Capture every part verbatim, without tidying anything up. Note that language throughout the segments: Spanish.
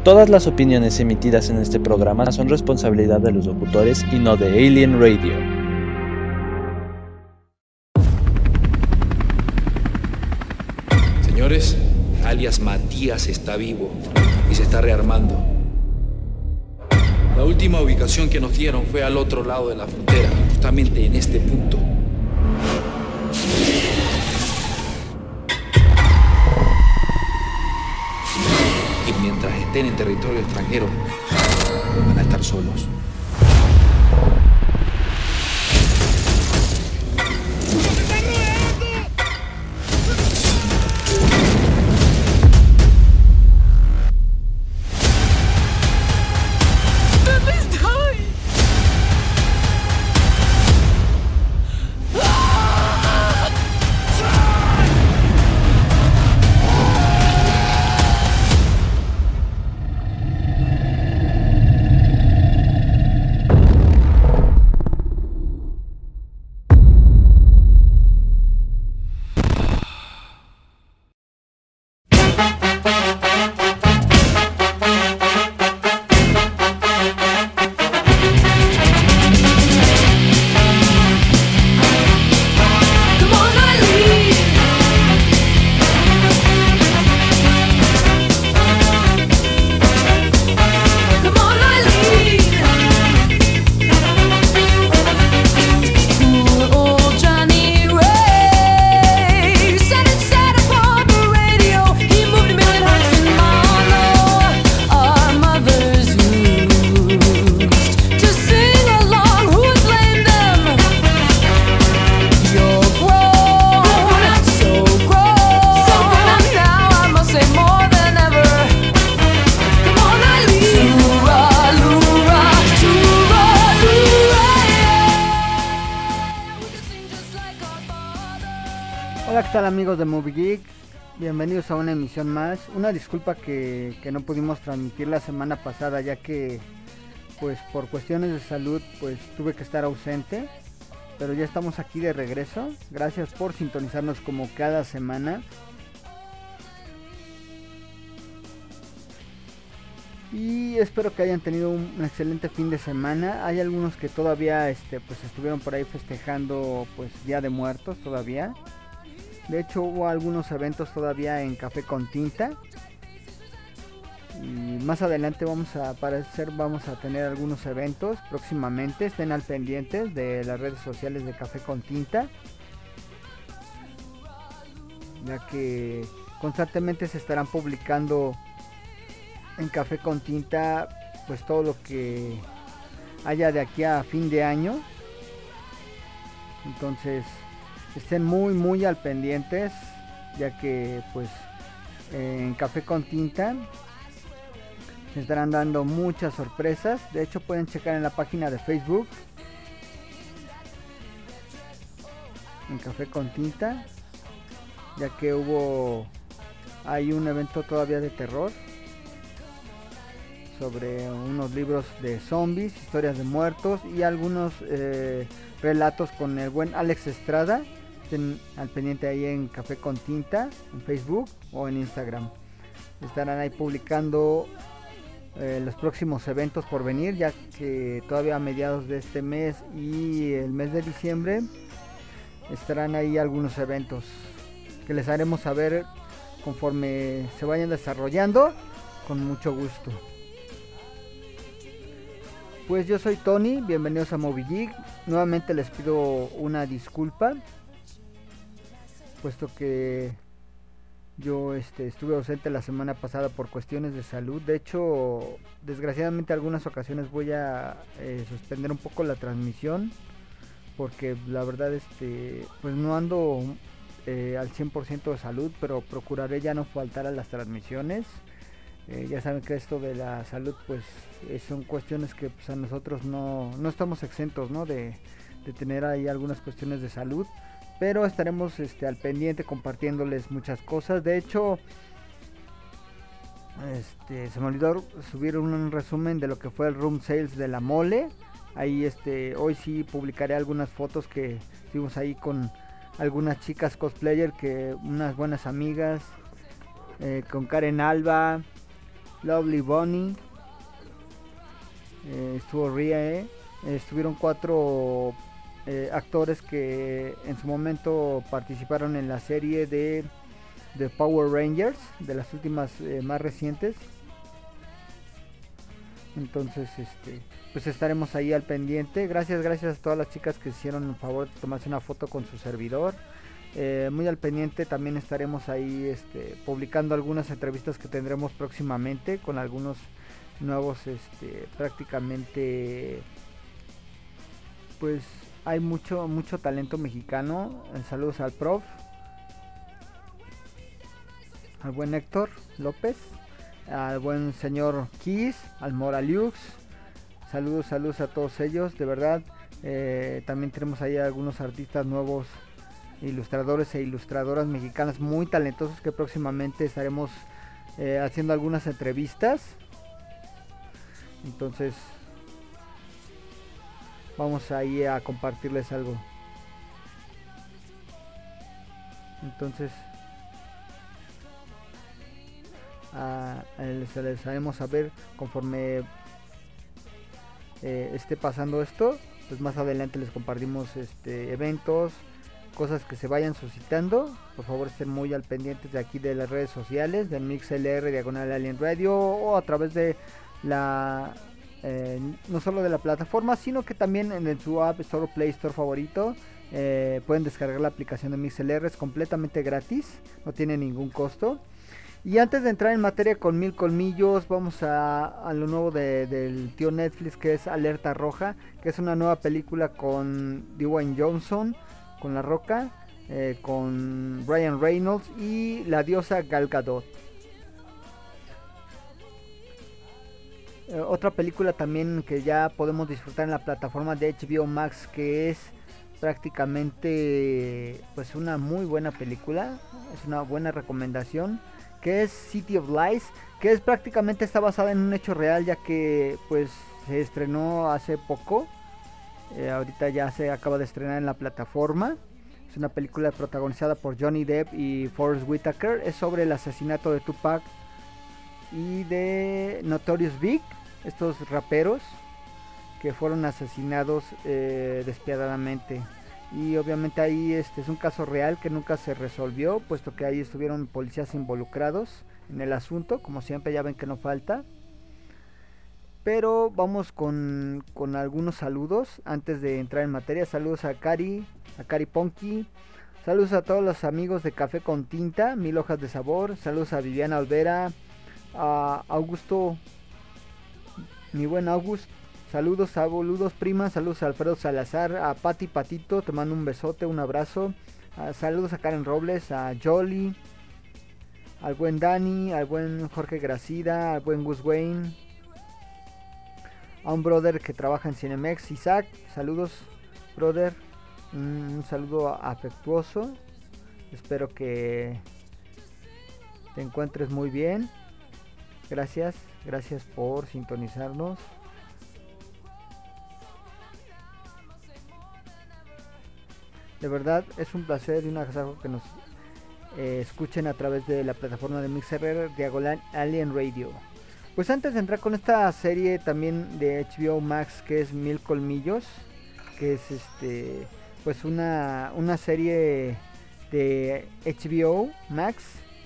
Todas las opiniones emitidas en este programa son responsabilidad de los locutores y no de Alien Radio. Señores, alias Matías está vivo y se está rearmando. La última ubicación que nos dieron fue al otro lado de la frontera, justamente en este punto. Y mientras estén en territorio extranjero, van a estar solos. Amigos de Movie Geek, bienvenidos a una emisión más. Una disculpa que, que no pudimos transmitir la semana pasada, ya que pues por cuestiones de salud pues tuve que estar ausente, pero ya estamos aquí de regreso. Gracias por sintonizarnos como cada semana. Y espero que hayan tenido un, un excelente fin de semana. Hay algunos que todavía este pues estuvieron por ahí festejando pues Día de Muertos todavía. De hecho hubo algunos eventos todavía en Café con Tinta. Y más adelante vamos a aparecer, vamos a tener algunos eventos próximamente. Estén al pendiente de las redes sociales de Café con Tinta, ya que constantemente se estarán publicando en Café con Tinta pues todo lo que haya de aquí a fin de año. Entonces estén muy muy al pendientes, ya que pues en Café con Tinta se estarán dando muchas sorpresas. De hecho pueden checar en la página de Facebook en Café con Tinta, ya que hubo hay un evento todavía de terror sobre unos libros de zombies, historias de muertos y algunos eh, relatos con el buen Alex Estrada. Estén al pendiente ahí en Café con Tinta, en Facebook o en Instagram. Estarán ahí publicando eh, los próximos eventos por venir, ya que todavía a mediados de este mes y el mes de diciembre estarán ahí algunos eventos que les haremos saber conforme se vayan desarrollando, con mucho gusto. Pues yo soy Tony, bienvenidos a Movie Geek. Nuevamente les pido una disculpa, puesto que yo este, estuve ausente la semana pasada por cuestiones de salud. De hecho, desgraciadamente algunas ocasiones voy a eh, suspender un poco la transmisión, porque la verdad este, pues no ando eh, al cien por ciento de salud, pero procuraré ya no faltar a las transmisiones. Eh, ya saben que esto de la salud pues eh, son cuestiones que pues, a nosotros no, no estamos exentos, ¿no? de, de tener ahí algunas cuestiones de salud. Pero estaremos este, al pendiente compartiéndoles muchas cosas. De hecho, este, se me olvidó subir un resumen de lo que fue el room sales de la mole. Ahí este, hoy sí publicaré algunas fotos que estuvimos ahí con algunas chicas cosplayer, que unas buenas amigas, eh, con Karen Alba, Lovely Bunny, eh, estuvo Rie, eh, estuvieron cuatro eh, actores que en su momento participaron en la serie de, de Power Rangers, de las últimas eh, más recientes. Entonces, este, pues estaremos ahí al pendiente. Gracias, gracias a todas las chicas que hicieron el favor de tomarse una foto con su servidor. Eh, muy al pendiente, también estaremos ahí este, publicando algunas entrevistas que tendremos próximamente con algunos nuevos, este, prácticamente, pues hay mucho, mucho talento mexicano. Eh, saludos al prof, al buen Héctor López, al buen señor Kiss, al Moraliux. Saludos, saludos a todos ellos, de verdad. Eh, también tenemos ahí algunos artistas nuevos, ilustradores e ilustradoras mexicanas muy talentosos que próximamente estaremos eh, haciendo algunas entrevistas. Entonces vamos ahí a compartirles algo. Entonces a, a les, les haremos saber conforme eh, esté pasando esto. Pues más adelante les compartimos este eventos, cosas que se vayan suscitando. Por favor estén muy al pendientes de aquí de las redes sociales de MixLR Diagonal Alien Radio, o a través de la eh, no solo de la plataforma, sino que también en el, su App Store o Play Store favorito. Eh, pueden descargar la aplicación de MixLR, es completamente gratis, no tiene ningún costo. Y antes de entrar en materia con Mil Colmillos, vamos a, a lo nuevo de, del tío Netflix, que es Alerta Roja, que es una nueva película con Dwayne Johnson, con La Roca, eh, con Ryan Reynolds y la diosa Gal Gadot. Eh, otra película también que ya podemos disfrutar en la plataforma de H B O Max, que es prácticamente pues una muy buena película, es una buena recomendación, que es City of Lies, que es prácticamente está basada en un hecho real, ya que pues se estrenó hace poco. Eh, ahorita ya se acaba de estrenar en la plataforma. Es una película protagonizada por Johnny Depp y Forest Whitaker. Es sobre el asesinato de Tupac y de Notorious Big, estos raperos que fueron asesinados eh, despiadadamente. Y obviamente ahí este es un caso real que nunca se resolvió, puesto que ahí estuvieron policías involucrados en el asunto, como siempre, ya ven que no falta. Pero vamos con, con algunos saludos antes de entrar en materia. Saludos a Cari, a Cari Ponky. Saludos a todos los amigos de Café con Tinta, Mil Hojas de Sabor. Saludos a Viviana Olvera, a Augusto, mi buen August. Saludos a Boludos Prima, saludos a Alfredo Salazar, a Pati Patito, te mando un besote, un abrazo. Uh, saludos a Karen Robles, a Jolly, al buen Dani, al buen Jorge Gracida, al buen Gus Wayne, a un brother que trabaja en Cinemex, Isaac. Saludos, brother, un, un saludo afectuoso. Espero que te encuentres muy bien. Gracias, gracias por sintonizarnos. De verdad es un placer y un agasajo que nos eh, escuchen a través de la plataforma de MixLR Diagonal Alien Radio. Pues antes de entrar con esta serie también de H B O Max, que es Mil Colmillos, que es este pues una, una serie de H B O Max.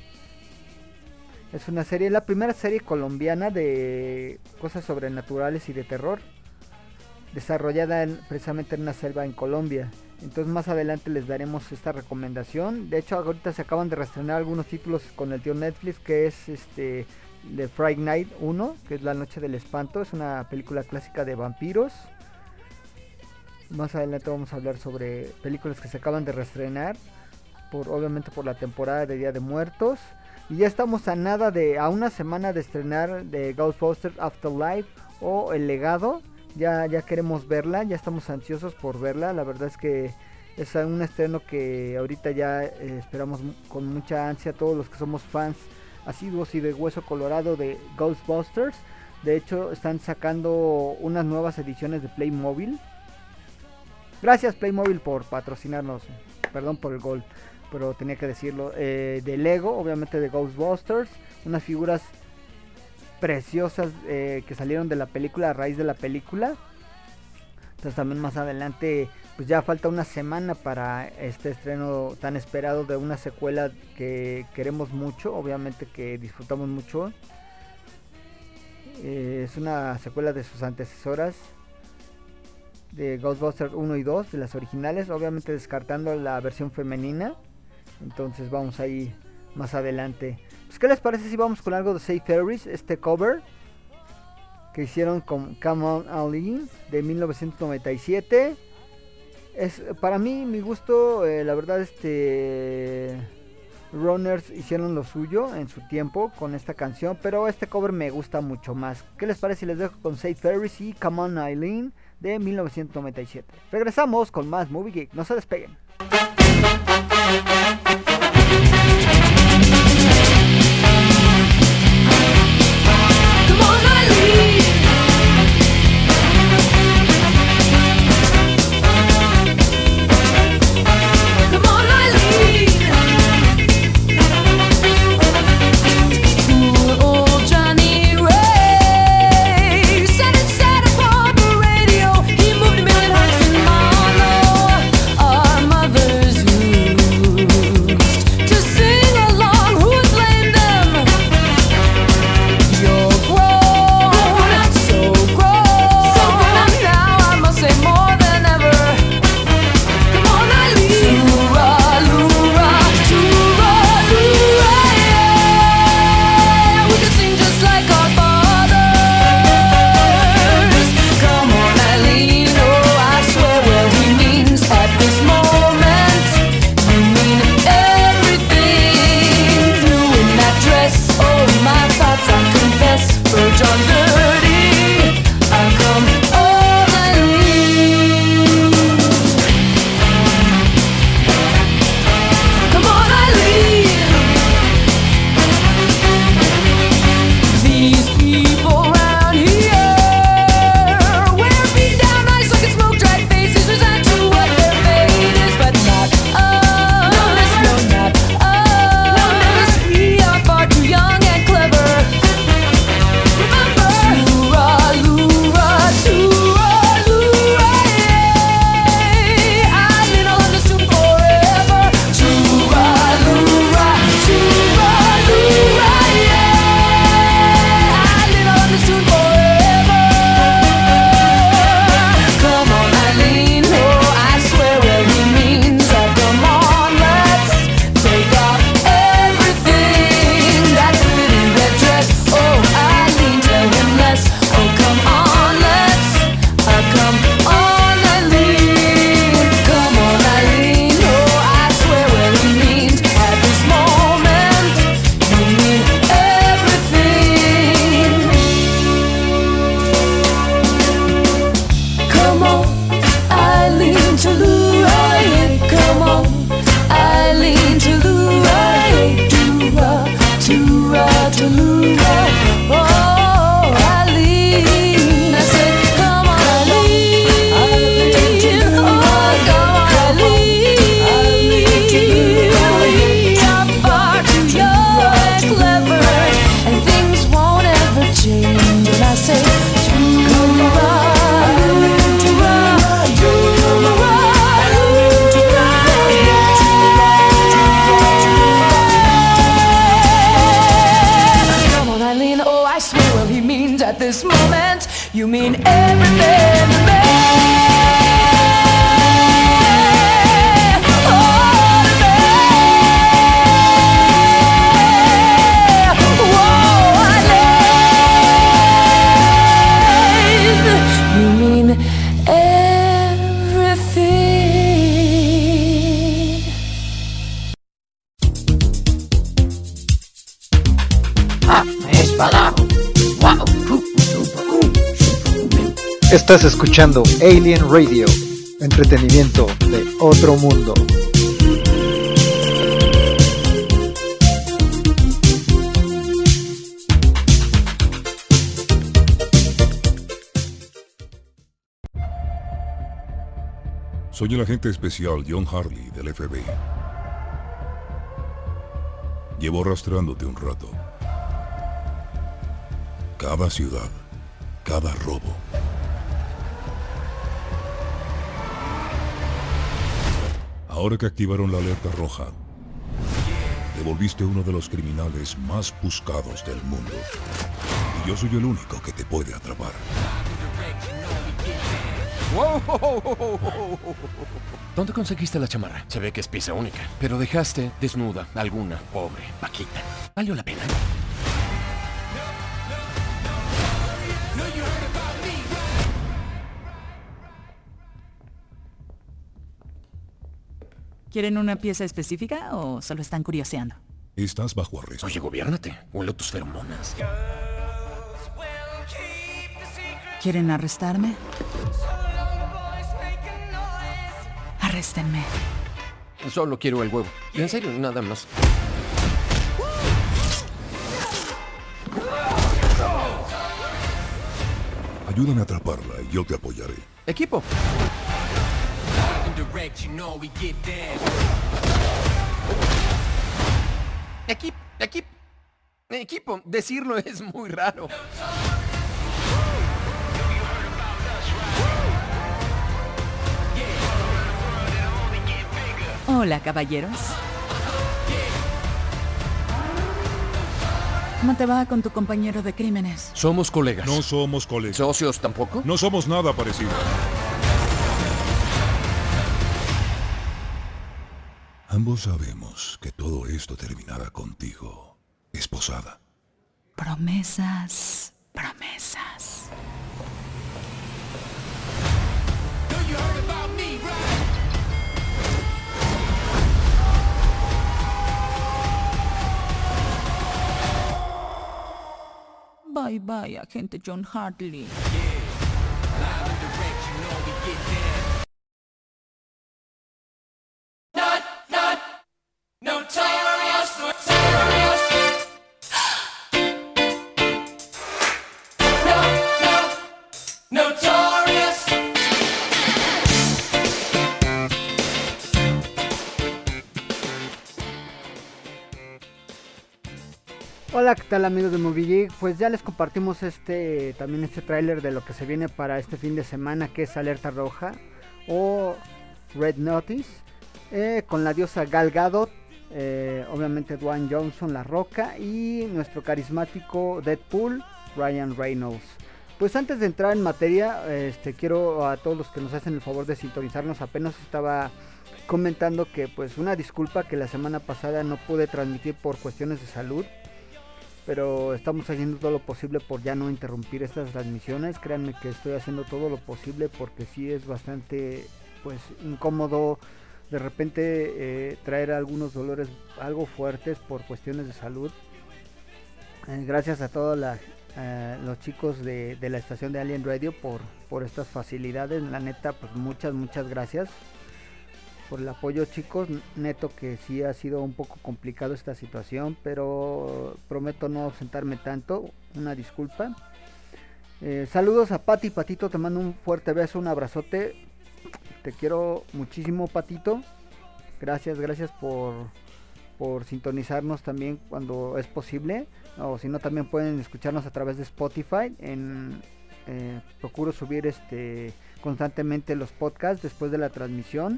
Es una serie, la primera serie colombiana de cosas sobrenaturales y de terror, desarrollada en, precisamente en una selva en Colombia. Entonces más adelante les daremos esta recomendación. De hecho ahorita se acaban de reestrenar algunos títulos con el tío Netflix, que es este The Fright Night uno, que es La Noche del Espanto. Es una película clásica de vampiros. Más adelante vamos a hablar sobre películas que se acaban de reestrenar, por, obviamente por la temporada de Día de Muertos. Y ya estamos a nada de, a una semana de estrenar de Ghostbusters Afterlife o El Legado. Ya, ya queremos verla, ya estamos ansiosos por verla. La verdad es que es un estreno que ahorita ya eh, esperamos con mucha ansia todos los que somos fans asiduos y de hueso colorado de Ghostbusters. De hecho están sacando unas nuevas ediciones de Playmobil. Gracias Playmobil por patrocinarnos, perdón por el gol, pero tenía que decirlo. eh, de Lego, obviamente de Ghostbusters, unas figuras preciosas eh, que salieron de la película, a raíz de la película. Entonces también más adelante, pues ya falta una semana para este estreno tan esperado de una secuela que queremos mucho, obviamente que disfrutamos mucho. Eh, es una secuela de sus antecesoras, de Ghostbusters uno y dos, de las originales, obviamente descartando la versión femenina. Entonces vamos ahí más adelante. Pues, ¿qué les parece si vamos con algo de Say Ferris, este cover que hicieron con Come On Eileen de mil novecientos noventa y siete? Es para mí, mi gusto, eh, la verdad, este Runners hicieron lo suyo en su tiempo con esta canción, pero este cover me gusta mucho más. ¿Qué les parece si les dejo con Say Ferris y Come On Eileen de mil novecientos noventa y siete? Regresamos con más Movie Geek, no se despeguen. Come on, Eileen. Come on, Eileen. Poor old Johnny Ray said it sad upon the radio. He moved a million hearts in Marlowe. Our mothers used to sing along. Who'd blame them? You're grown, so grown, so grown. Now I must say more than ever. Come on, Eileen. Toora-loora, toora-loora, yeah. We can sing just like our fathers. Come on, Eileen. Oh, I swear what he means at this moment. You mean everything. Blue in that dress. Oh, my thoughts, I confess. Verge on dirty. I come on, Eileen. Come on, Eileen. These people round here wear beat down eyes like it's smoke dried faces. Resent to what their fate is, but not us. No, not us. We are far too young and clever. Remember, toora-loora, toora-loora, yeah. Eileen, I'll love this tune forever. Toora-loora, toora-loora, yeah. Eileen, I'll love this tune forever. Come on, Eileen, oh, I swear what he means. Oh, come on, let's take off everything. That pretty red dress. Oh, Eileen, tell him less. Oh, come on, let's. Oh, come on, Eileen. Come on, Eileen. Oh, I swear what he means at this moment. You mean everything. Come on, Eileen, Tallulah, yeah. Come on, Eileen, Tallulah, yeah. Toora, toora, Tallulah. Oh, Eileen, I said, come on, Eileen. Oh, come on, Eileen. I'm far too young and clever, and things won't ever change. And I say, toora, toora, toora, toora. Come on, Eileen. Oh, I swear what he means at this moment. You mean everything to me. Oh, to me. Whoa, Eileen. You mean everything. Estás escuchando Alien Radio, entretenimiento de otro mundo. Soy el agente especial John Harley del F B I. Llevo rastreándote un rato. Cada ciudad, cada robo. Ahora que activaron la alerta roja, devolviste a uno de los criminales más buscados del mundo. Y yo soy el único que te puede atrapar. ¿Dónde conseguiste la chamarra? Se ve que es pieza única. Pero dejaste desnuda a alguna pobre vaquita. ¿Valió la pena? ¿Quieren una pieza específica o solo están curioseando? Estás bajo arresto. Oye, gobiérnate. Huelo tus feromonas. ¿Quieren arrestarme? Arréstenme. Solo quiero el huevo. En serio, nada más. Ayúdame a atraparla y yo te apoyaré. Equipo. Equipo, equipo, equipo. Decirlo es muy raro. Hola, caballeros. ¿Cómo te va con tu compañero de crímenes? Somos colegas. No somos colegas. ¿Socios tampoco? No somos nada parecido. Ambos sabemos que todo esto terminará contigo, esposada. Promesas, promesas. Bye bye, agente John Hartley. Hola, ¿qué tal amigos de Movie Geek? Pues ya les compartimos este también este tráiler de lo que se viene para este fin de semana, que es Alerta Roja o Red Notice, eh, con la diosa Gal Gadot, eh, obviamente Dwayne Johnson, La Roca, y nuestro carismático Deadpool, Ryan Reynolds. Pues antes de entrar en materia, este quiero a todos los que nos hacen el favor de sintonizarnos, apenas estaba comentando que pues una disculpa que la semana pasada no pude transmitir por cuestiones de salud, pero estamos haciendo todo lo posible por ya no interrumpir estas transmisiones. Créanme que estoy haciendo todo lo posible porque sí es bastante pues incómodo de repente eh, traer algunos dolores algo fuertes por cuestiones de salud. Eh, gracias a todos la, eh, los chicos de, de la estación de Alien Radio por, por estas facilidades. La neta, pues muchas, muchas gracias por el apoyo, chicos. Neto que sí ha sido un poco complicado esta situación, pero prometo no ausentarme tanto. Una disculpa. Eh, saludos a Pati. Patito, te mando un fuerte beso, un abrazote. Te quiero muchísimo, Patito. Gracias, gracias por, por sintonizarnos también cuando es posible. O si no, también pueden escucharnos a través de Spotify. En, eh, procuro subir este constantemente los podcasts después de la transmisión.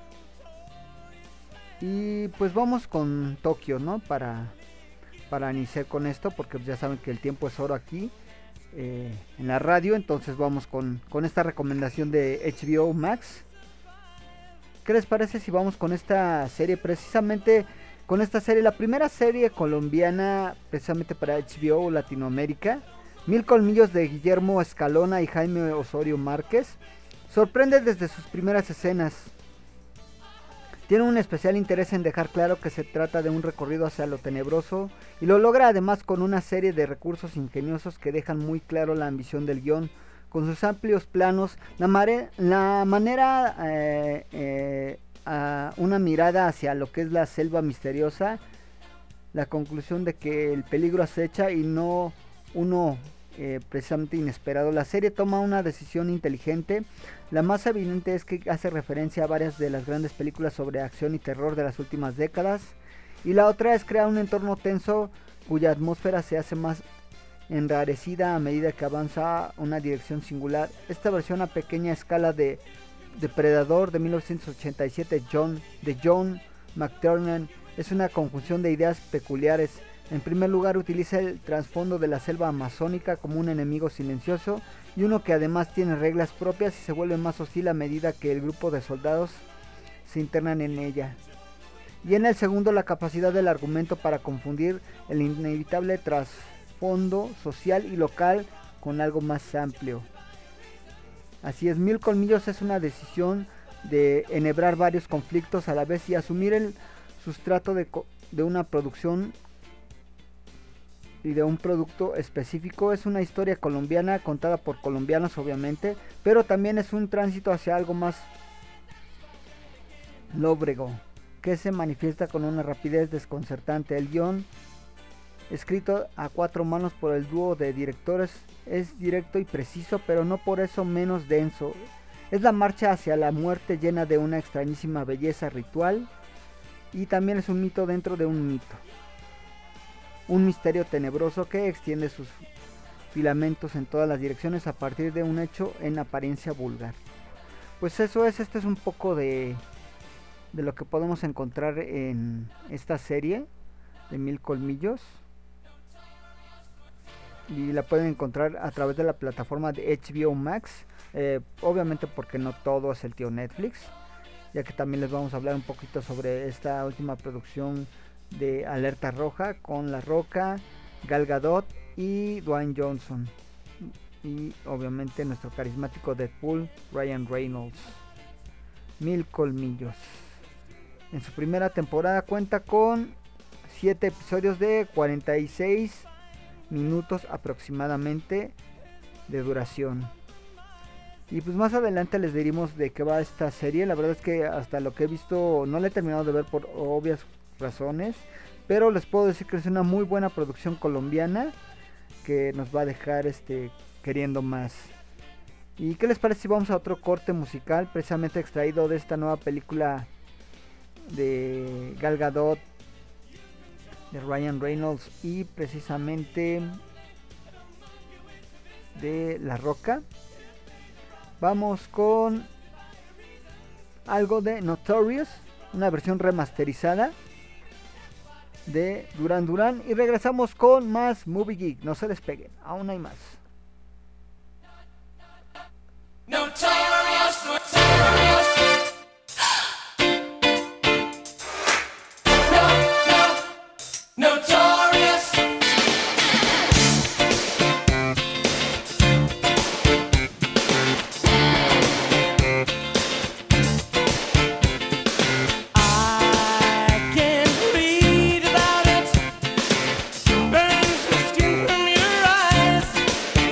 Y pues vamos con Tokio, ¿no? Para, para iniciar con esto, porque ya saben que el tiempo es oro aquí eh, en la radio. Entonces vamos con, con esta recomendación de H B O Max. ¿Qué les parece si vamos con esta serie? Precisamente con esta serie, la primera serie colombiana precisamente para H B O Latinoamérica. Mil colmillos de Guillermo Escalona y Jaime Osorio Márquez. Sorprende desde sus primeras escenas. Tiene un especial interés en dejar claro que se trata de un recorrido hacia lo tenebroso, y lo logra además con una serie de recursos ingeniosos que dejan muy claro la ambición del guión, con sus amplios planos, la, mare, la manera, eh, eh, a una mirada hacia lo que es la selva misteriosa, la conclusión de que el peligro acecha y no uno eh, precisamente inesperado. La serie toma una decisión inteligente. La más evidente es que hace referencia a varias de las grandes películas sobre acción y terror de las últimas décadas, y la otra es crear un entorno tenso cuya atmósfera se hace más enrarecida a medida que avanza a una dirección singular. Esta versión a pequeña escala de Depredador de mil novecientos ochenta y siete John, de John McTiernan es una conjunción de ideas peculiares. En primer lugar, utiliza el trasfondo de la selva amazónica como un enemigo silencioso y uno que además tiene reglas propias y se vuelve más hostil a medida que el grupo de soldados se internan en ella. Y en el segundo, la capacidad del argumento para confundir el inevitable trasfondo social y local con algo más amplio. Así es, Mil Colmillos es una decisión de enhebrar varios conflictos a la vez y asumir el sustrato de, de una producción y de un producto específico. Es una historia colombiana contada por colombianos, obviamente, pero también es un tránsito hacia algo más lóbrego, que se manifiesta con una rapidez desconcertante. El guión, escrito a cuatro manos por el dúo de directores, es directo y preciso, pero no por eso menos denso. Es la marcha hacia la muerte llena de una extrañísima belleza ritual, y también es un mito dentro de un mito. Un misterio tenebroso que extiende sus filamentos en todas las direcciones a partir de un hecho en apariencia vulgar. Pues eso es, este es un poco de, de lo que podemos encontrar en esta serie de Mil Colmillos. Y la pueden encontrar a través de la plataforma de H B O Max. Eh, obviamente porque no todo es el tío Netflix, ya que también les vamos a hablar un poquito sobre esta última producción de Alerta Roja con La Roca, Gal Gadot y Dwayne Johnson, y obviamente nuestro carismático Deadpool, Ryan Reynolds. Mil Colmillos en su primera temporada cuenta con siete episodios de cuarenta y seis minutos aproximadamente de duración. Y pues más adelante les diremos de qué va esta serie. La verdad es que hasta lo que he visto no la he terminado de ver por obvias razones, pero les puedo decir que es una muy buena producción colombiana que nos va a dejar este queriendo más. ¿Y qué les parece si vamos a otro corte musical precisamente extraído de esta nueva película de Gal Gadot, de Ryan Reynolds y precisamente de La Roca? Vamos con algo de Notorious, una versión remasterizada de Duran Duran, y regresamos con más Movie Geek. No se despeguen, aún hay más. Notorious, notorious. No, no, notorious. I can read about it. Burns the skin from your eyes.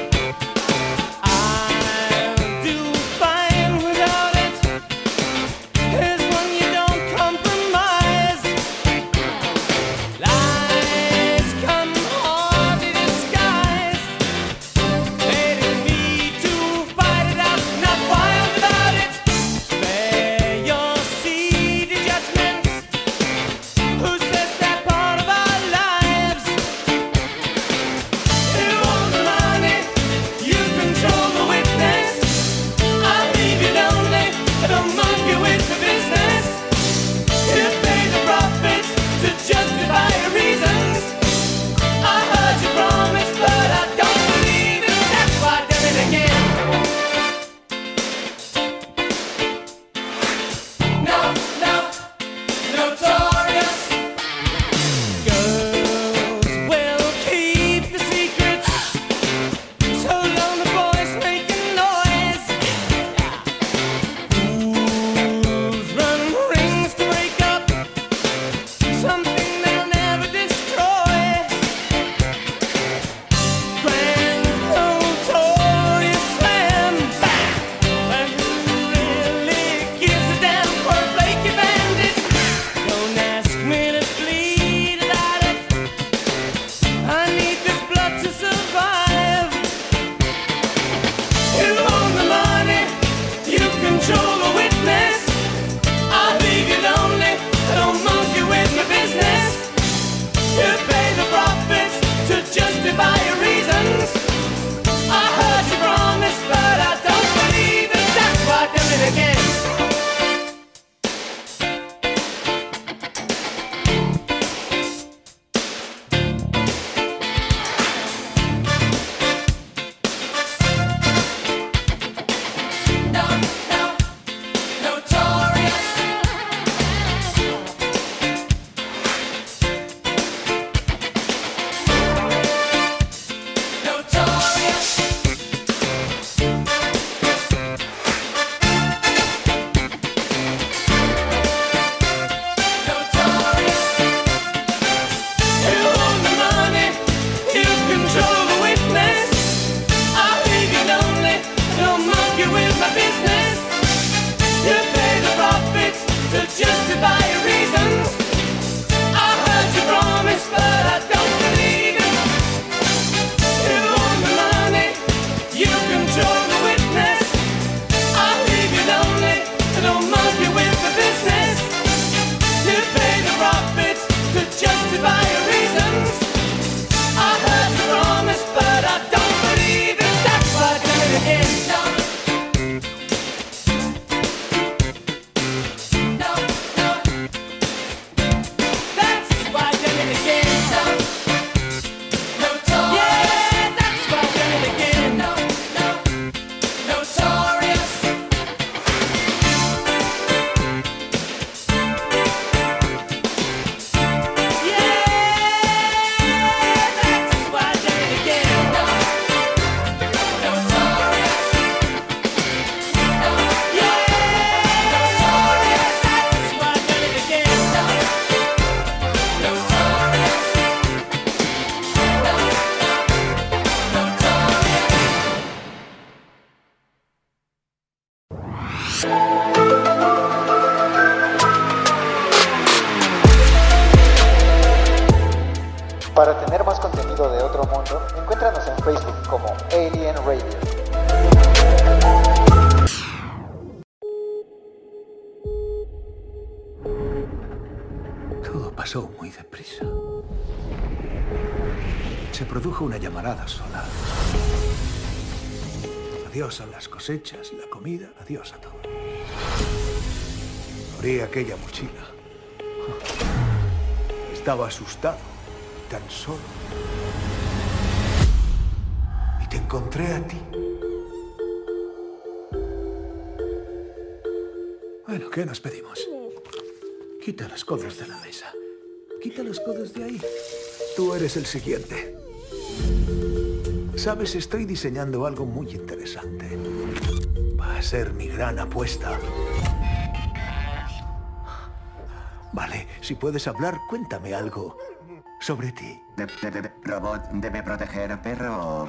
Para tener más contenido de Otro Mundo, encuéntranos en Facebook como Alien Radio. Todo pasó muy deprisa. Se produjo una llamarada solar. Adiós a las cosechas, la comida, adiós a todo. Abrí aquella mochila. Estaba asustado, tan solo. Y te encontré a ti. Bueno, ¿qué nos pedimos? Quita los codos de la mesa. Quita los codos de ahí. Tú eres el siguiente. Sabes, estoy diseñando algo muy interesante. Va a ser mi gran apuesta. Vale, si puedes hablar, cuéntame algo sobre ti. De, de, de, ¿Robot debe proteger a perro?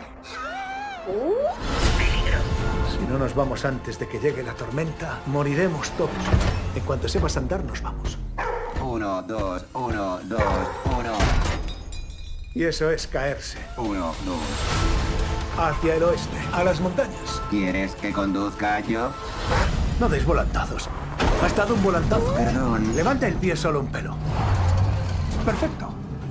Si no nos vamos antes de que llegue la tormenta, moriremos todos. En cuanto sepas andar, nos vamos. Uno, dos, uno, dos, uno. Y eso es caerse. Uno, dos. Hacia el oeste, a las montañas. ¿Quieres que conduzca yo? No deis volantazos. Has dado un volantazo. Perdón. Levanta el pie solo un pelo. Perfecto.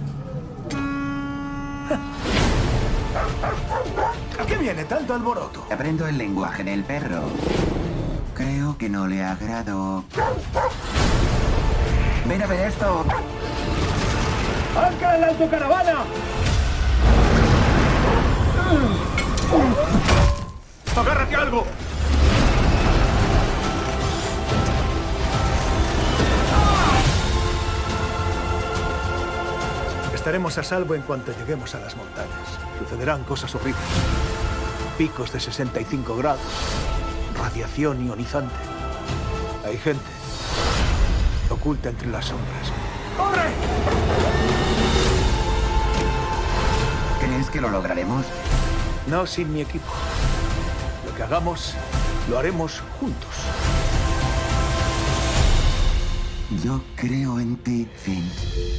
¿A qué viene tanto alboroto? Aprendo el lenguaje del perro. Creo que no le agrado. Ven a ver esto. ¡Ancla en la autocaravana! ¡Agárrate a algo! Estaremos a salvo en cuanto lleguemos a las montañas. Sucederán cosas horribles. Picos de sesenta y cinco grados. Radiación ionizante. Hay gente oculta entre las sombras. ¡Corre! ¿Crees que lo lograremos? No sin mi equipo. Lo que hagamos, lo haremos juntos. Yo creo en ti, Finch.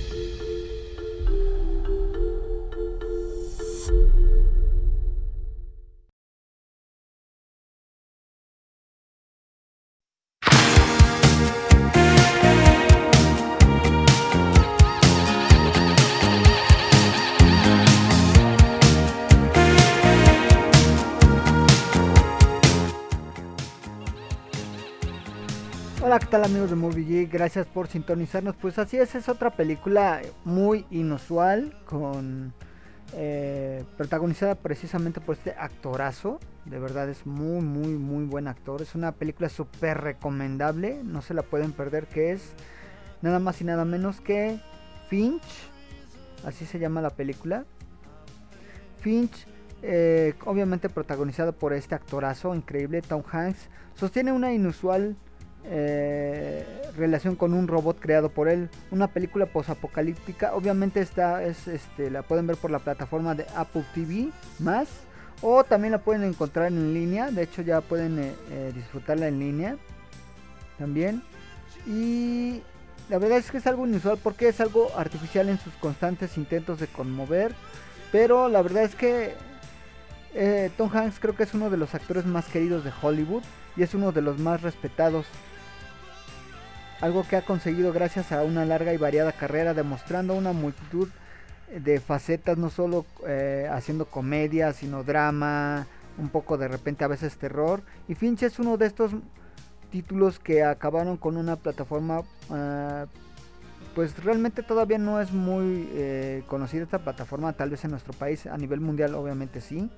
Hola, ¿qué tal amigos de Movie Geek? Gracias por sintonizarnos. Pues así es, es otra película muy inusual, con eh, protagonizada precisamente por este actorazo. De verdad es muy, muy, muy buen actor. Es una película súper recomendable, no se la pueden perder, que es nada más y nada menos que Finch. Así se llama la película. Finch, eh, obviamente protagonizada por este actorazo increíble, Tom Hanks. Sostiene una inusual Eh, relación con un robot creado por él, una película posapocalíptica. Obviamente esta es, este, la pueden ver por la plataforma de Apple T V más, o también la pueden encontrar en línea. De hecho ya pueden eh, eh, disfrutarla en línea también. Y la verdad es que es algo inusual porque es algo artificial en sus constantes intentos de conmover, pero la verdad es que eh, Tom Hanks creo que es uno de los actores más queridos de Hollywood y es uno de los más respetados. Algo que ha conseguido gracias a una larga y variada carrera, demostrando una multitud de facetas, no solo eh, haciendo comedia, sino drama, un poco de repente a veces terror. Y Finch es uno de estos títulos que acabaron con una plataforma, uh, pues realmente todavía no es muy eh, conocida esta plataforma, tal vez en nuestro país, a nivel mundial obviamente sí.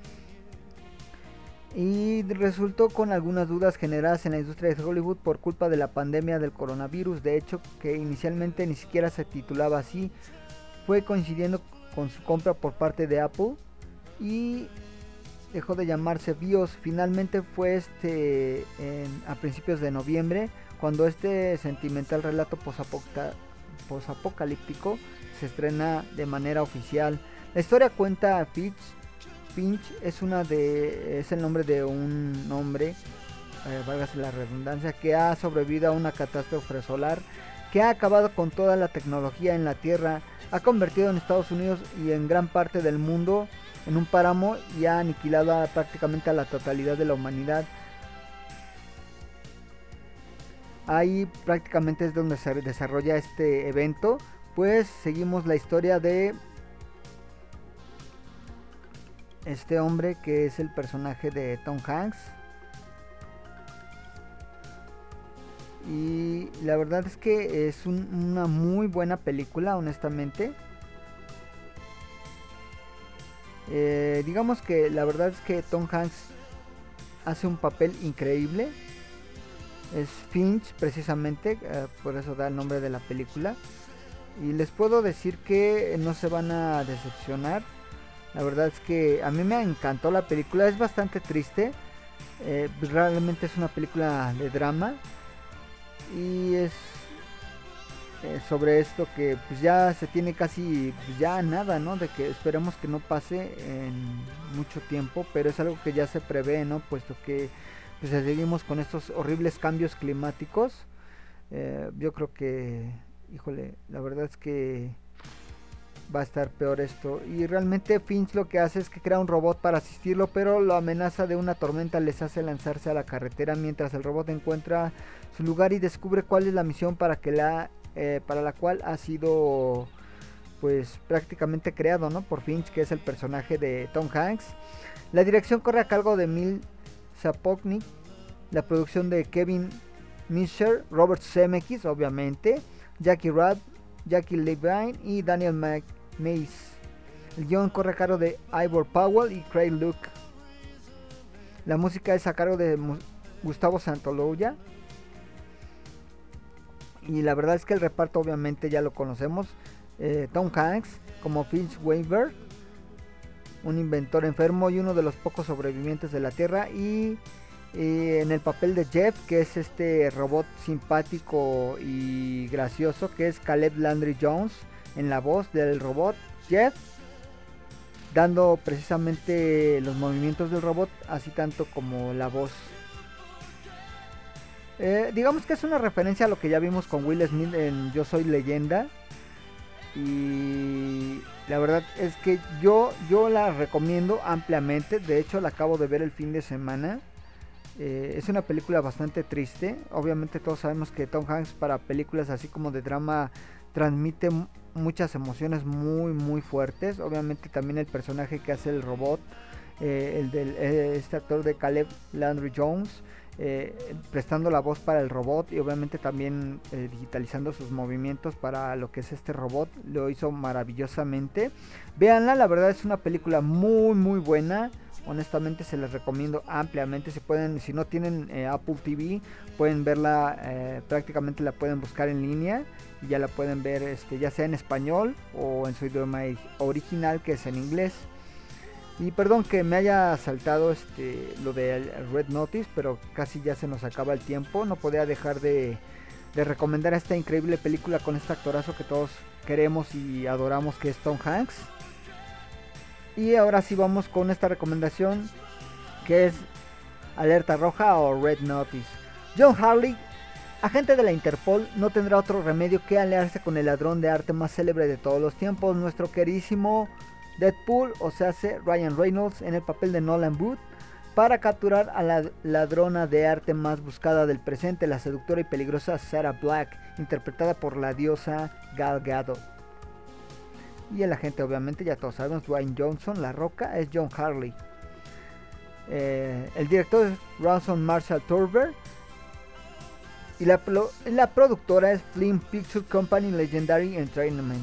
Y resultó con algunas dudas generadas en la industria de Hollywood por culpa de la pandemia del coronavirus. De hecho, que inicialmente ni siquiera se titulaba así, fue coincidiendo con su compra por parte de Apple y dejó de llamarse BIOS. Finalmente fue este en, a principios de noviembre cuando este sentimental relato posapoca, posapocalíptico se estrena de manera oficial. La historia cuenta a Finch. Finch es una de es el nombre de un hombre, eh, válgase la redundancia, que ha sobrevivido a una catástrofe solar que ha acabado con toda la tecnología en la Tierra, ha convertido en Estados Unidos y en gran parte del mundo en un páramo y ha aniquilado a, prácticamente a la totalidad de la humanidad. Ahí prácticamente es donde se desarrolla este evento. Pues seguimos la historia de este hombre que es el personaje de Tom Hanks. Y la verdad es que es un, una muy buena película, honestamente. Eh, digamos que la verdad es que Tom Hanks hace un papel increíble. Es Finch precisamente, eh, por eso da el nombre de la película. Y les puedo decir que no se van a decepcionar. La verdad es que a mí me encantó la película. Es bastante triste. Eh, realmente es una película de drama. Y es eh, sobre esto que pues ya se tiene casi pues, ya nada, ¿no? De que esperemos que no pase en mucho tiempo. Pero es algo que ya se prevé, ¿no? Puesto que pues seguimos con estos horribles cambios climáticos. Eh, yo creo que, híjole, la verdad es que va a estar peor esto. Y realmente Finch lo que hace es que crea un robot para asistirlo, pero la amenaza de una tormenta les hace lanzarse a la carretera mientras el robot encuentra su lugar y descubre cuál es la misión para que la eh, para la cual ha sido pues prácticamente creado, ¿no? Por Finch, que es el personaje de Tom Hanks. La dirección corre a cargo de Mil Sapolsky, la producción de Kevin Misher, Robert Zemeckis, obviamente, Jackie Rabb, Jackie Levine y Daniel Mays. El guión corre a cargo de Ivor Powell y Craig Luke. La música es a cargo de Gustavo Santaolalla. Y la verdad es que el reparto obviamente ya lo conocemos. Eh, Tom Hanks como Finch Weaver, un inventor enfermo y uno de los pocos sobrevivientes de la Tierra. Y eh, en el papel de Jeff, que es este robot simpático y gracioso, que es Caleb Landry Jones, en la voz del robot Jeff, dando precisamente los movimientos del robot, así tanto como la voz. Eh, digamos que es una referencia a lo que ya vimos con Will Smith en Yo Soy Leyenda. Y la verdad es que yo, yo la recomiendo ampliamente. De hecho la acabo de ver el fin de semana. Eh, es una película bastante triste. Obviamente todos sabemos que Tom Hanks para películas así como de drama transmite m- muchas emociones muy muy fuertes. Obviamente también el personaje que hace el robot, eh, el del eh, este actor de Caleb Landry Jones, Eh, prestando la voz para el robot y obviamente también eh, digitalizando sus movimientos para lo que es este robot, lo hizo maravillosamente. Véanla, la verdad es una película muy muy buena. Honestamente se les recomiendo ampliamente. Si pueden, si no tienen eh, Apple T V, pueden verla, eh, prácticamente la pueden buscar en línea y ya la pueden ver, este, ya sea en español o en su idioma original, que es en inglés. Y perdón que me haya saltado este lo de Red Notice, pero casi ya se nos acaba el tiempo. No podía dejar de, de recomendar esta increíble película con este actorazo que todos queremos y adoramos, que es Tom Hanks. Y ahora sí vamos con esta recomendación, que es Alerta Roja o Red Notice. John Harley, agente de la Interpol, no tendrá otro remedio que aliarse con el ladrón de arte más célebre de todos los tiempos, nuestro queridísimo Deadpool, o sea, Ryan Reynolds, en el papel de Nolan Booth, para capturar a la ladrona de arte más buscada del presente, la seductora y peligrosa Sarah Black, interpretada por la diosa Gal Gadot. Y el agente, obviamente, ya todos sabemos, Dwayne Johnson, La Roca, es John Harley. Eh, el director es Rawson Marshall Turber. Y la, la productora es Film Picture Company Legendary Entertainment.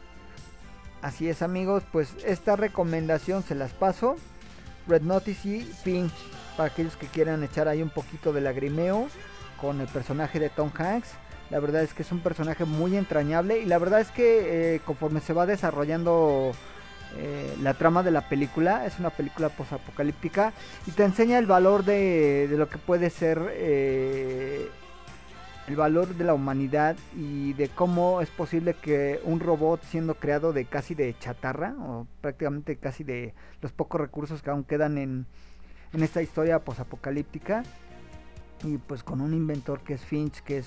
Así es, amigos, pues esta recomendación se las paso. Red Notice y Finch, para aquellos que quieran echar ahí un poquito de lagrimeo con el personaje de Tom Hanks. La verdad es que es un personaje muy entrañable y la verdad es que eh, conforme se va desarrollando eh, la trama de la película, es una película posapocalíptica y te enseña el valor de, de lo que puede ser eh, el valor de la humanidad y de cómo es posible que un robot siendo creado de casi de chatarra o prácticamente casi de los pocos recursos que aún quedan en, en esta historia posapocalíptica, y pues con un inventor que es Finch, que es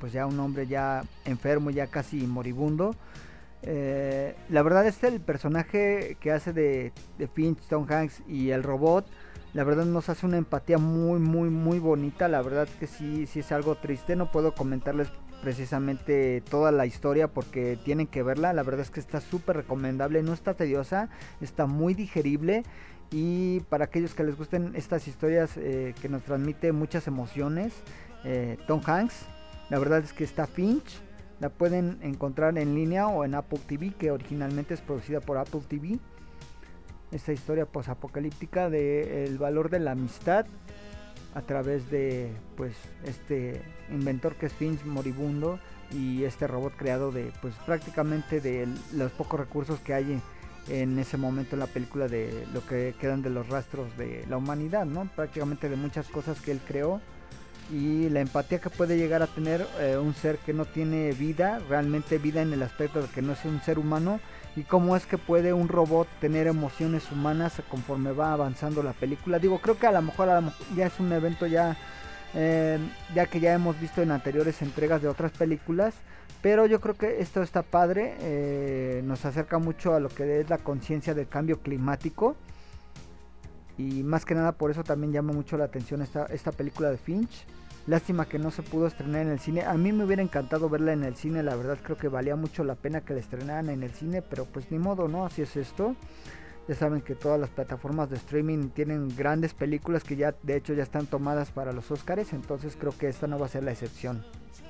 pues ya un hombre ya enfermo, ya casi moribundo. Eh, la verdad es que el personaje que hace de, de Finch, Tom Hanks y el robot, la verdad nos hace una empatía muy muy muy bonita. La verdad que sí, sí es algo triste. No puedo comentarles precisamente toda la historia porque tienen que verla. La verdad es que está súper recomendable, no está tediosa, está muy digerible. Y para aquellos que les gusten estas historias eh, que nos transmite muchas emociones, eh, Tom Hanks, la verdad es que está Finch. La pueden encontrar en línea o en Apple T V, que originalmente es producida por Apple T V. Esta historia posapocalíptica de el valor de la amistad a través de pues este inventor que es Finch moribundo y este robot creado de pues prácticamente de los pocos recursos que hay en ese momento en la película, de lo que quedan de los rastros de la humanidad, ¿no? Prácticamente de muchas cosas que él creó. Y la empatía que puede llegar a tener eh, un ser que no tiene vida, realmente vida en el aspecto de que no es un ser humano, y cómo es que puede un robot tener emociones humanas conforme va avanzando la película. Digo, creo que a lo mejor, a lo mejor ya es un evento ya, eh, ya que ya hemos visto en anteriores entregas de otras películas, pero yo creo que esto está padre, eh, nos acerca mucho a lo que es la conciencia del cambio climático. Y más que nada por eso también llama mucho la atención esta, esta película de Finch. Lástima que no se pudo estrenar en el cine. A mí me hubiera encantado verla en el cine. La verdad creo que valía mucho la pena que la estrenaran en el cine. Pero pues ni modo, ¿no? Así es esto. Ya saben que todas las plataformas de streaming tienen grandes películas que ya de hecho ya están tomadas para los Oscars. Entonces creo que esta no va a ser la excepción.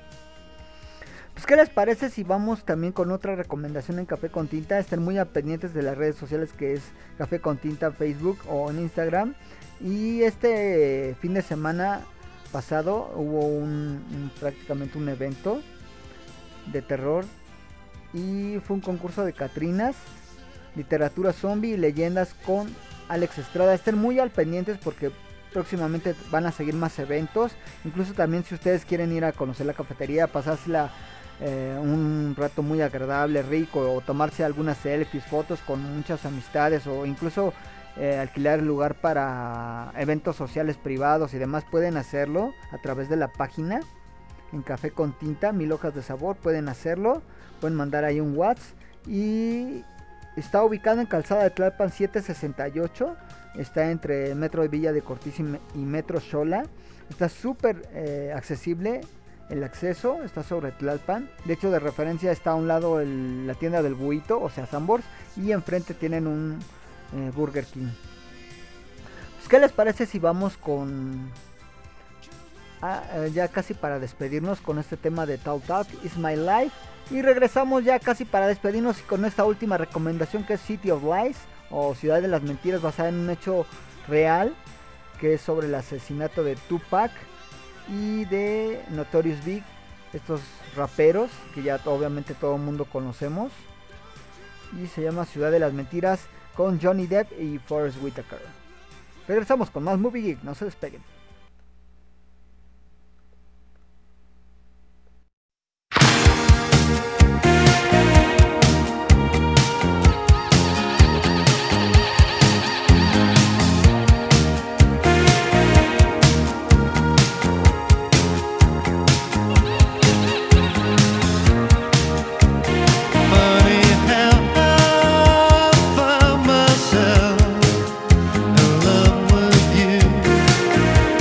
Pues qué les parece si vamos también con otra recomendación en Café con Tinta. Estén muy pendientes de las redes sociales que es Café con Tinta, Facebook o en Instagram. Y este fin de semana pasado hubo un, un prácticamente un evento de terror y fue un concurso de Catrinas, literatura zombie y leyendas con Alex Estrada. Estén muy al pendientes porque próximamente van a seguir más eventos. Incluso también si ustedes quieren ir a conocer la cafetería, pasársela Eh, un rato muy agradable, rico, o tomarse algunas selfies, fotos con muchas amistades, o incluso eh, alquilar el lugar para eventos sociales privados y demás, pueden hacerlo a través de la página en Café con Tinta, Mil Hojas de Sabor. Pueden hacerlo, pueden mandar ahí un WhatsApp y está ubicado en Calzada de Tlalpan setecientos sesenta y ocho, está entre Metro de Villa de Cortés y Metro Xola. Está súper eh, accesible el acceso, está sobre Tlalpan. De hecho, de referencia está a un lado el, la tienda del Buito, o sea Sanborns, y enfrente tienen un eh, Burger King. Pues, ¿qué les parece si vamos con ah, eh, ya casi para despedirnos con este tema de Talk Talk Is My Life? Y regresamos ya casi para despedirnos con esta última recomendación, que es City of Lies, o Ciudad de las Mentiras, basada en un hecho real que es sobre el asesinato de Tupac y de Notorious Big, estos raperos que ya obviamente todo el mundo conocemos. Y se llama Ciudad de las Mentiras, con Johnny Depp y Forest Whitaker. Regresamos con más Movie Geek, no se despeguen. Myself in love with you.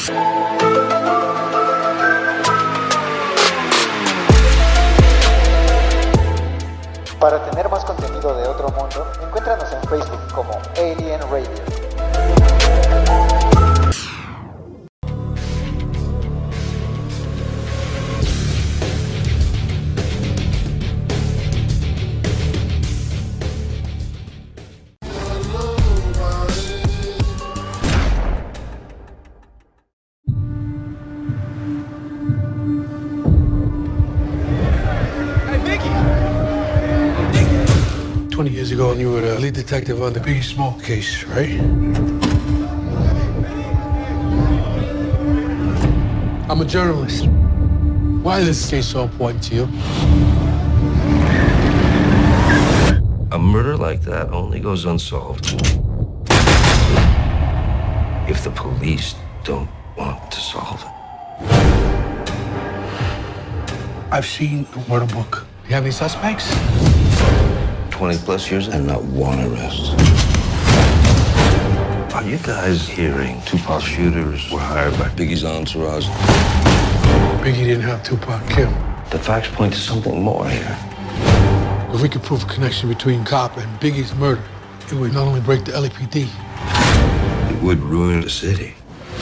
Para tener más contenido de otro mundo, encuéntranos en Facebook como Alien Radio. twenty years ago, you were the lead detective on the Biggie Small case, right? I'm a journalist. Why is this case so important to you? A murder like that only goes unsolved if the police don't want to solve it. I've seen the murder book. You have any suspects? twenty plus years and not one arrest. Are you guys hearing Tupac shooters were hired by Biggie's entourage? Biggie didn't have Tupac killed. The facts point to something more here. If we could prove a connection between Cop and Biggie's murder, it would not only break the L A P D. It would ruin the city.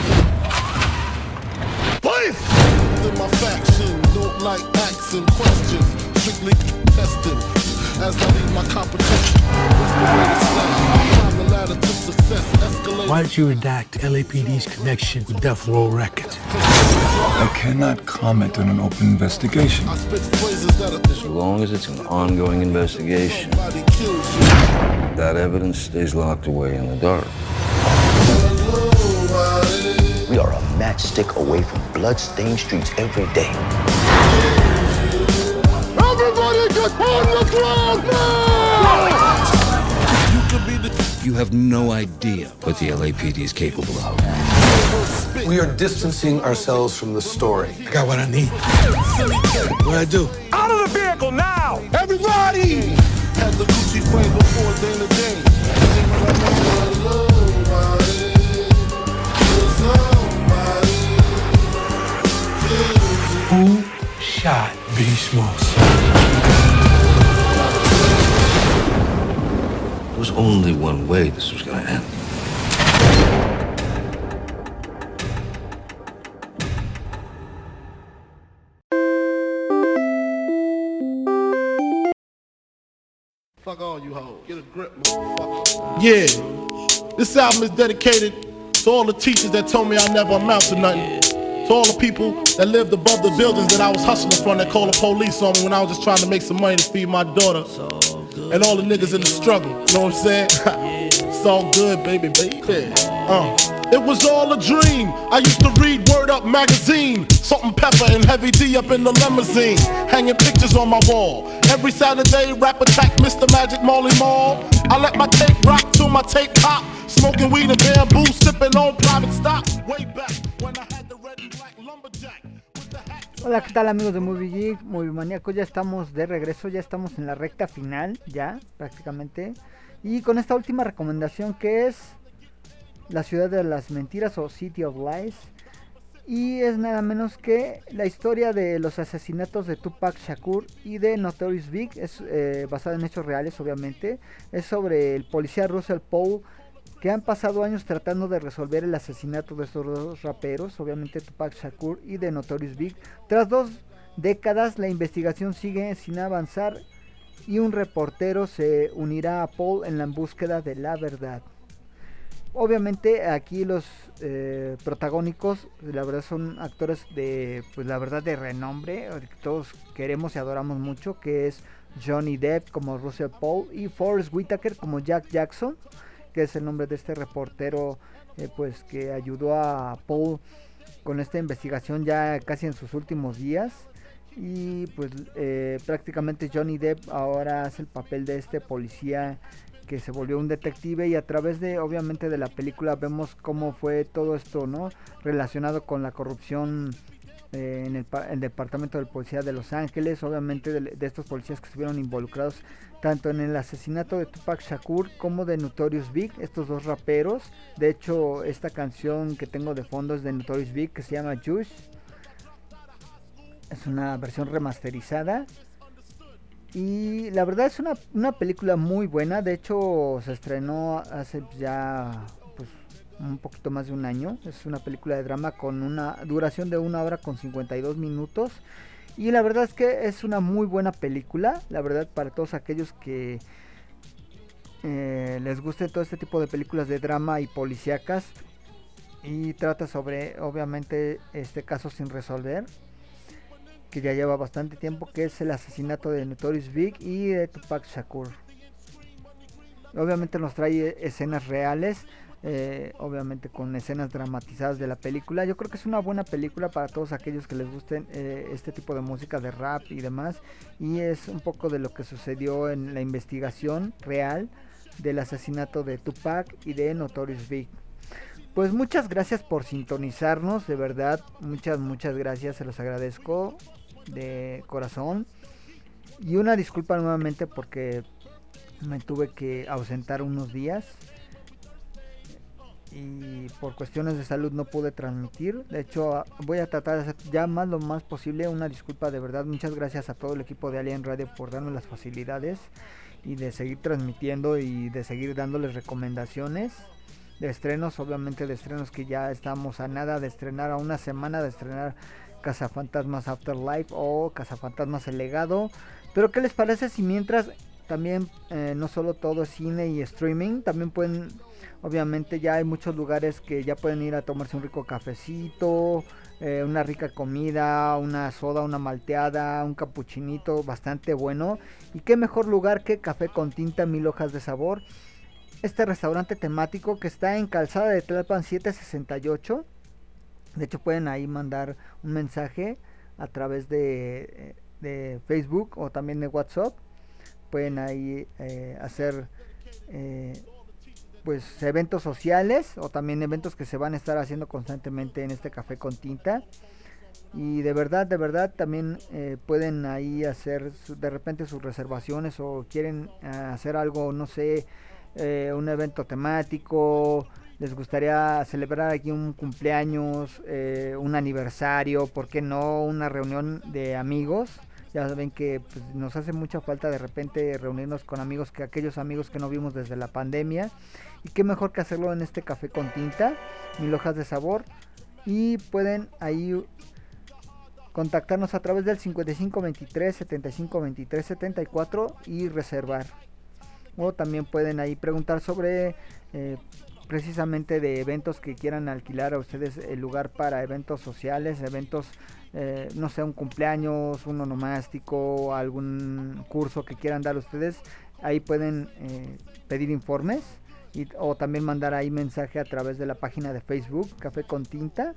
Police! My faction don't like asking questions, strictly testing. As I lead my competition, climb the ladder to success, escalate. Why did you redact L A P D's connection with Death Row Records? I cannot comment on an open investigation. As long as it's an ongoing investigation, that evidence stays locked away in the dark. We are a matchstick away from blood-stained streets every day. Everybody get on the ground now! You have no idea what the L A P D is capable of. We are distancing ourselves from the story. I got what I need. What I do? Out of the vehicle now! Everybody! Had the Gucci frame before Dana Dane. Who shot Biggie Smalls? There was only one way this was gonna end. Fuck all you hoes. Get a grip, motherfucker. Yeah. This album is dedicated to all the teachers that told me I never amount to nothing. To all the people that lived above the buildings that I was hustling from that called the police on me when I was just trying to make some money to feed my daughter. And all the niggas in the struggle, you know what I'm saying? It's all good, baby, baby. Uh. It was all a dream. I used to read Word Up magazine, Salt and Pepper and Heavy D up in the limousine, hanging pictures on my wall. Every Saturday, rap attack Mister Magic Molly Mall. I let my tape rock till my tape pop, smoking weed and bamboo, sipping on private stock. Way back when I had the red and black lumberjack. Hola, ¿qué tal amigos de Movie Geek, Movie Maníaco? Ya estamos de regreso, ya estamos en la recta final, ya prácticamente. Y con esta última recomendación que es La Ciudad de las Mentiras o City of Lies. Y es nada menos que la historia de los asesinatos de Tupac Shakur y de Notorious Big. Es eh, basada en hechos reales, obviamente. Es sobre el policía Russell Poole, que han pasado años tratando de resolver el asesinato de estos dos raperos, obviamente Tupac Shakur y de Notorious Big. Tras dos décadas, la investigación sigue sin avanzar y un reportero se unirá a Paul en la búsqueda de la verdad. Obviamente aquí los eh, protagónicos, la verdad, son actores de, pues la verdad, de renombre, que todos queremos y adoramos mucho, que es Johnny Depp como Russell Poole y Forrest Whitaker como Jack Jackson, que es el nombre de este reportero eh, pues que ayudó a Paul con esta investigación ya casi en sus últimos días. Y pues eh, prácticamente Johnny Depp ahora hace el papel de este policía que se volvió un detective, y a través de, obviamente, de la película vemos cómo fue todo esto, ¿no?, relacionado con la corrupción eh, en el, el departamento de policía de Los Ángeles, obviamente de, de estos policías que estuvieron involucrados tanto en el asesinato de Tupac Shakur como de Notorious Big, estos dos raperos. De hecho, esta canción que tengo de fondo es de Notorious Big, que se llama Juice. Es una versión remasterizada. Y la verdad es una, una película muy buena. De hecho, se estrenó hace ya pues, un poquito más de un año. Es una película de drama con una duración de una hora con cincuenta y dos minutos. Y la verdad es que es una muy buena película. La verdad, para todos aquellos que eh, les guste todo este tipo de películas de drama y policíacas. Y trata sobre, obviamente, este caso sin resolver, que ya lleva bastante tiempo, que es el asesinato de Notorious Big y de Tupac Shakur. Obviamente nos trae escenas reales, eh, obviamente con escenas dramatizadas de la película. Yo creo que es una buena película para todos aquellos que les gusten eh, este tipo de música de rap y demás. Y es un poco de lo que sucedió en la investigación real del asesinato de Tupac y de Notorious Big. Pues muchas gracias por sintonizarnos, de verdad, muchas, muchas gracias, se los agradezco de corazón. Y una disculpa nuevamente porque me tuve que ausentar unos días y por cuestiones de salud no pude transmitir. De hecho, voy a tratar de hacer ya más lo más posible. Una disculpa de verdad, muchas gracias a todo el equipo de Alien Radio por darme las facilidades y de seguir transmitiendo y de seguir dándoles recomendaciones de estrenos, obviamente de estrenos que ya estamos a nada de estrenar, a una semana de estrenar Cazafantasmas Afterlife o Cazafantasmas El Legado. Pero ¿qué les parece si mientras también eh, no solo todo es cine y streaming, también pueden, obviamente ya hay muchos lugares que ya pueden ir a tomarse un rico cafecito, eh, una rica comida, una soda, una malteada, un capuchinito bastante bueno? Y qué mejor lugar que Café con Tinta Mil Hojas de Sabor, este restaurante temático que está en Calzada de Tlalpan siete sesenta y ocho. De hecho pueden ahí mandar un mensaje a través de, de Facebook o también de WhatsApp. Pueden ahí eh, hacer eh, pues eventos sociales o también eventos que se van a estar haciendo constantemente en este Café con Tinta. Y de verdad, de verdad también eh, pueden ahí hacer su, de repente sus reservaciones o quieren eh, hacer algo, no sé, eh, un evento temático. Les gustaría celebrar aquí un cumpleaños, eh, un aniversario, ¿por qué no? Una reunión de amigos. Ya saben que pues, nos hace mucha falta de repente reunirnos con amigos, que aquellos amigos que no vimos desde la pandemia. Y qué mejor que hacerlo en este Café con Tinta, Mil Hojas de Sabor. Y pueden ahí contactarnos a través del cincuenta y cinco veintitrés setenta y cinco veintitrés setenta y cuatro y reservar. O también pueden ahí preguntar sobre eh, precisamente de eventos que quieran alquilar a ustedes el lugar para eventos sociales, eventos, eh, no sé, un cumpleaños, un onomástico, algún curso que quieran dar ustedes. Ahí pueden eh, pedir informes y, o también mandar ahí mensaje a través de la página de Facebook Café con Tinta.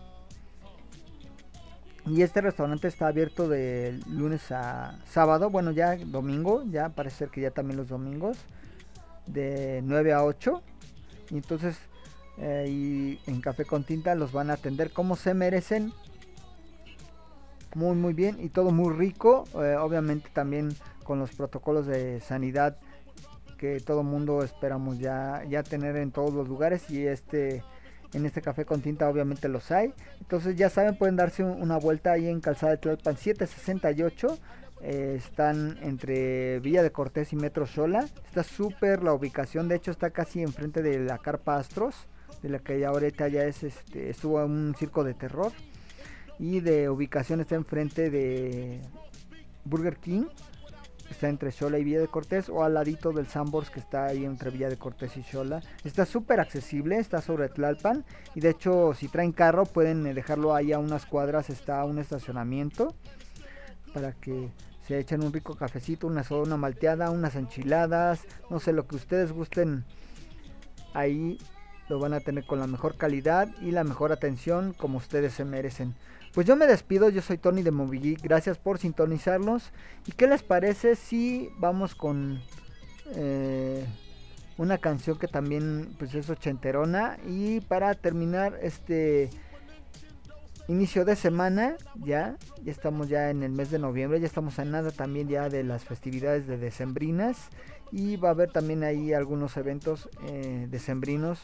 Y este restaurante está abierto de lunes a sábado, bueno, ya domingo, ya parece ser que ya también los domingos, de nueve a ocho. Y entonces eh, y en Café con Tinta los van a atender como se merecen, muy muy bien y todo muy rico, eh, obviamente también con los protocolos de sanidad que todo mundo esperamos ya, ya tener en todos los lugares, y este en este Café con Tinta obviamente los hay. Entonces ya saben, pueden darse una vuelta ahí en Calzada de Tlalpan siete sesenta y ocho. Eh, están entre Villa de Cortés y Metro Xola. Está súper la ubicación, de hecho está casi enfrente de la Carpa Astros, de la que ya ahorita ya es este, estuvo en un circo de terror. Y de ubicación está enfrente de Burger King, está entre Xola y Villa de Cortés, o al ladito del Sambors, que está ahí entre Villa de Cortés y Xola. Está súper accesible, está sobre Tlalpan, y de hecho si traen carro pueden dejarlo ahí a unas cuadras, está un estacionamiento para que se echen un rico cafecito, una soda, una malteada, unas enchiladas, no sé, lo que ustedes gusten. Ahí lo van a tener con la mejor calidad y la mejor atención como ustedes se merecen. Pues yo me despido, yo soy Tony de Movie Geek, gracias por sintonizarnos. ¿Y qué les parece si vamos con eh, una canción que también pues es ochenterona? Y para terminar este inicio de semana, ya, ya estamos ya en el mes de noviembre, ya estamos a nada también ya de las festividades de decembrinas y va a haber también ahí algunos eventos eh, decembrinos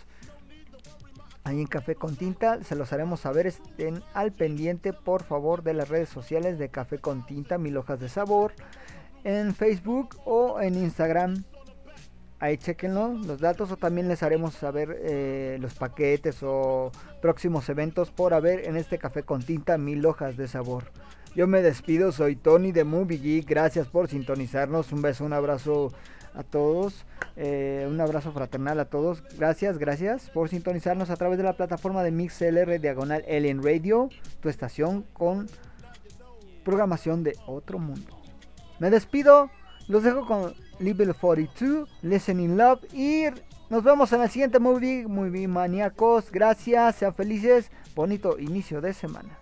ahí en Café con Tinta, se los haremos saber, estén al pendiente por favor de las redes sociales de Café con Tinta, Mil Hojas de Sabor, en Facebook o en Instagram. Ahí chequenlo, los datos, o también les haremos saber eh, los paquetes o próximos eventos por haber en este Café con Tinta, Mil Hojas de Sabor. Yo me despido, soy Tony de Movie Geek, gracias por sintonizarnos, un beso, un abrazo a todos, eh, un abrazo fraternal a todos, gracias, gracias por sintonizarnos a través de la plataforma de MixLR diagonal Alien Radio, tu estación con programación de otro mundo. Me despido, los dejo con Level cuarenta y dos, Listening Love y nos vemos en el siguiente movie, movie maníacos, gracias, sean felices, bonito inicio de semana.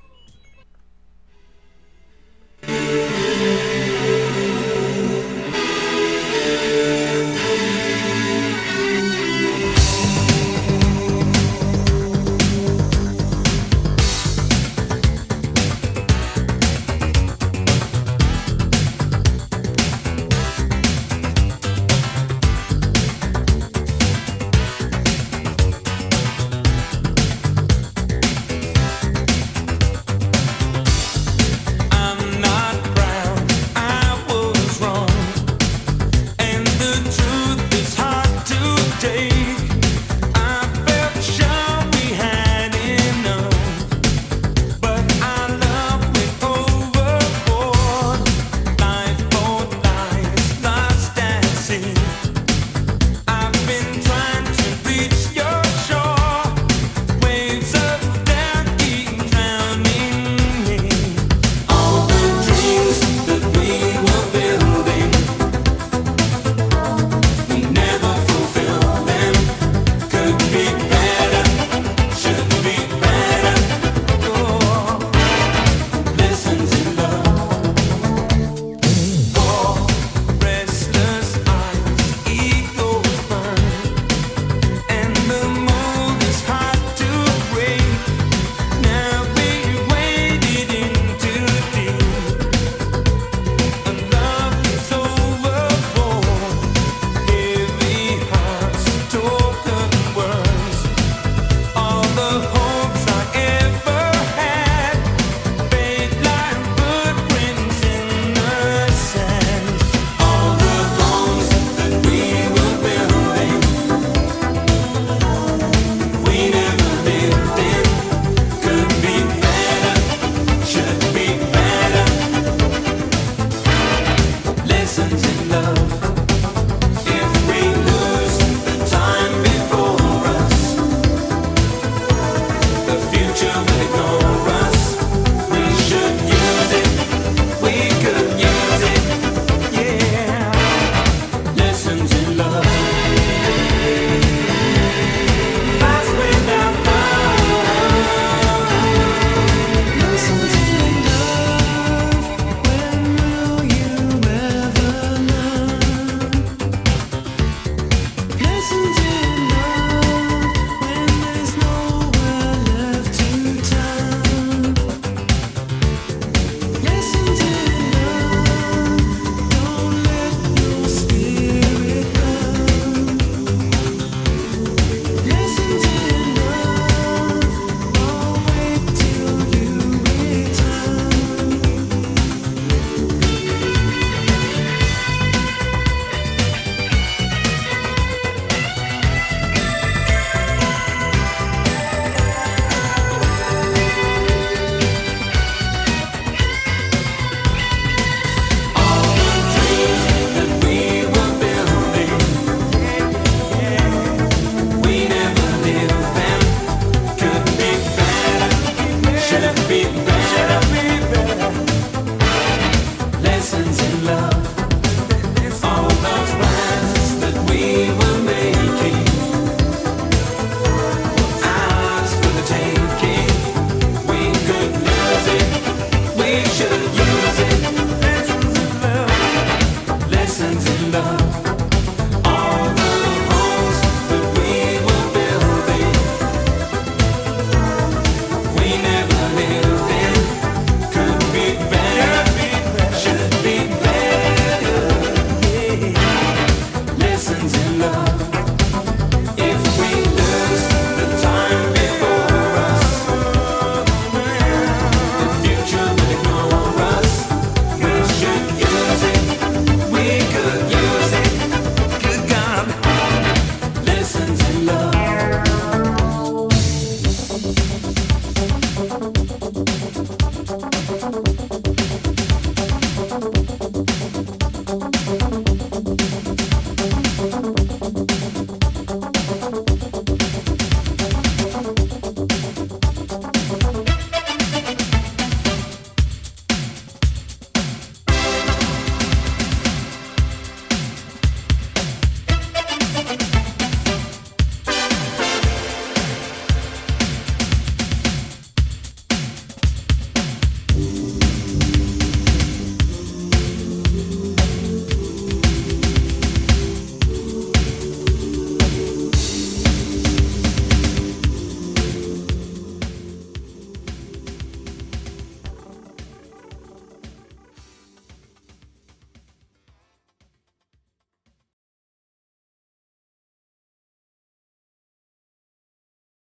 Lessons